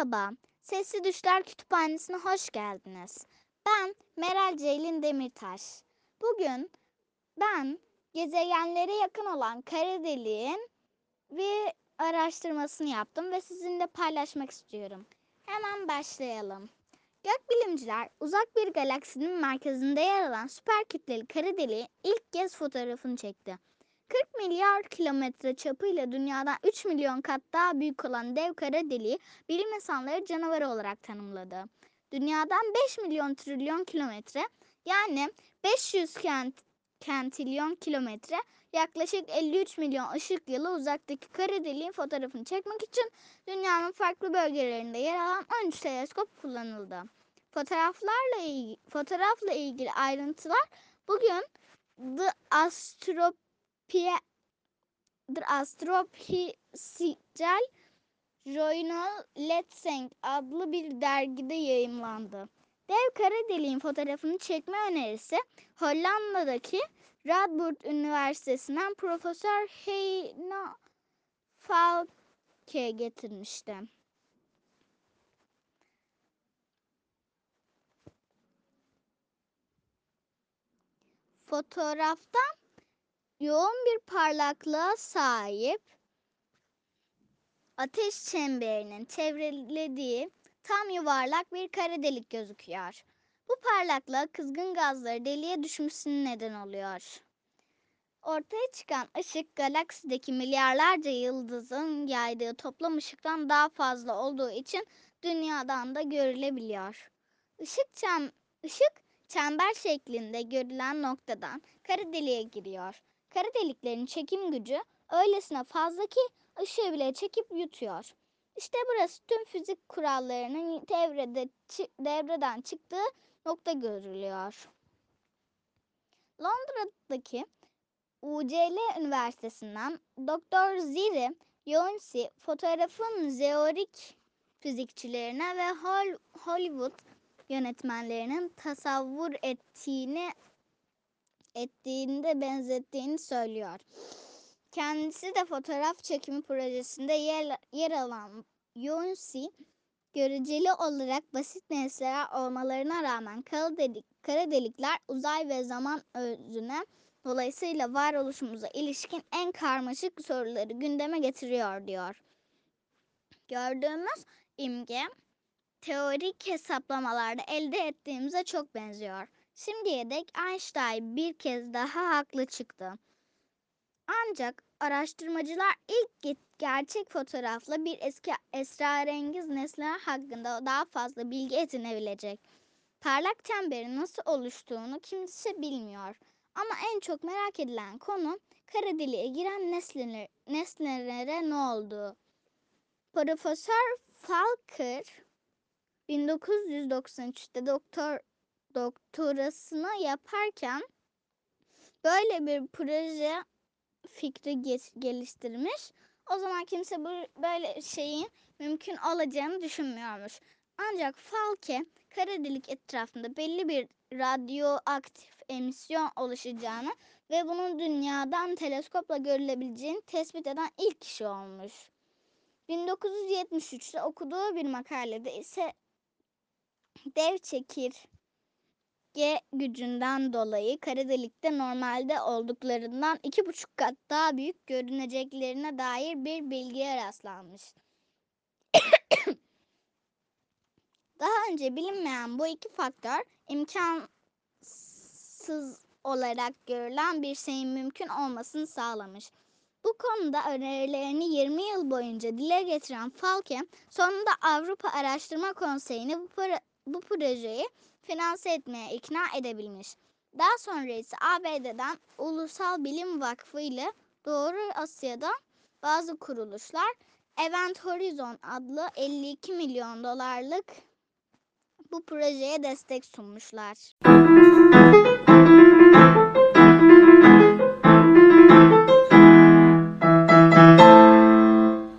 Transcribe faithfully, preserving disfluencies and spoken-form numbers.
Merhaba, Sesli Düşler Kütüphanesi'ne hoş geldiniz. Ben Meral Ceylin Demirtaş. Bugün ben gezegenlere yakın olan kara deliğin bir araştırmasını yaptım ve sizinle paylaşmak istiyorum. Hemen başlayalım. Gökbilimciler uzak bir galaksinin merkezinde yer alan süper kütleli kara deliğin ilk kez fotoğrafını çekti. kırk milyar kilometre çapıyla dünyadan üç milyon kat daha büyük olan dev kara deliği bilim insanları canavar olarak tanımladı. Dünyadan beş milyon trilyon kilometre yani beş yüz kent, kentilyon kilometre yaklaşık elli üç milyon ışık yılı uzaktaki kara deliğin fotoğrafını çekmek için dünyanın farklı bölgelerinde yer alan on üç teleskop kullanıldı. Fotoğraflarla ilgili, fotoğrafla ilgili ayrıntılar bugün The Astro The Astrophysical Journal Lancet adlı bir dergide yayımlandı. Dev kara deliğin fotoğrafını çekme önerisi Hollanda'daki Radboud Üniversitesi'nden Profesör Heino Falke getirmişti. Fotoğrafta yoğun bir parlaklığa sahip ateş çemberinin çevrelediği tam yuvarlak bir kara delik gözüküyor. Bu parlaklığa kızgın gazları deliğe düşmesine neden oluyor. Ortaya çıkan ışık galaksideki milyarlarca yıldızın yaydığı toplam ışıktan daha fazla olduğu için dünyadan da görülebiliyor. Işık, çem, ışık çember şeklinde görülen noktadan kara deliğe giriyor. Kara deliklerin çekim gücü öylesine fazla ki ışığı bile çekip yutuyor. İşte burası tüm fizik kurallarının devrede, devreden çıktığı nokta görülüyor. Londra'daki U C L Üniversitesi'nden Doktor Ziri Younsi fotoğrafın teorik fizikçilerine ve Hollywood yönetmenlerinin tasavvur ettiğini ettiğinde benzettiğini söylüyor. Kendisi de fotoğraf çekimi projesinde yer, yer alan Younsi, göreceli olarak basit nesneler olmalarına rağmen kara, delik, kara delikler uzay ve zaman özüne, dolayısıyla varoluşumuza ilişkin en karmaşık soruları gündeme getiriyor diyor. Gördüğümüz imge teorik hesaplamalarda elde ettiğimize çok benziyor. Şimdiye dek Einstein bir kez daha haklı çıktı. Ancak araştırmacılar ilk gerçek fotoğrafla bir eski esrarengiz nesneler hakkında daha fazla bilgi edinebilecek. Parlak çemberin nasıl oluştuğunu kimse bilmiyor. Ama en çok merak edilen konu kara deliğe giren nesneler, nesnelere ne olduğu. Profesör Falker bin dokuz yüz doksan üçte doktor doktorasını yaparken böyle bir proje fikri geliştirmiş. O zaman kimse bu, böyle şeyin mümkün olacağını düşünmüyormuş. Ancak Falke kara delik etrafında belli bir radyoaktif emisyon oluşacağını ve bunun dünyadan teleskopla görülebileceğini tespit eden ilk kişi olmuş. bin dokuz yüz yetmiş üçte okuduğu bir makalede ise dev çekirge gücünden dolayı kara delikte normalde olduklarından iki buçuk kat daha büyük görüneceklerine dair bir bilgiye rastlanmış. Daha önce bilinmeyen bu iki faktör imkansız olarak görülen bir şeyin mümkün olmasını sağlamış. Bu konuda önerilerini yirmi yıl boyunca dile getiren Falke, sonunda Avrupa Araştırma Konseyi'ni bu, bu projeyi finanse etmeye ikna edebilmiş. Daha sonra ise A B D'den Ulusal Bilim Vakfı ile Doğu Asya'da bazı kuruluşlar Event Horizon adlı elli iki milyon dolarlık bu projeye destek sunmuşlar.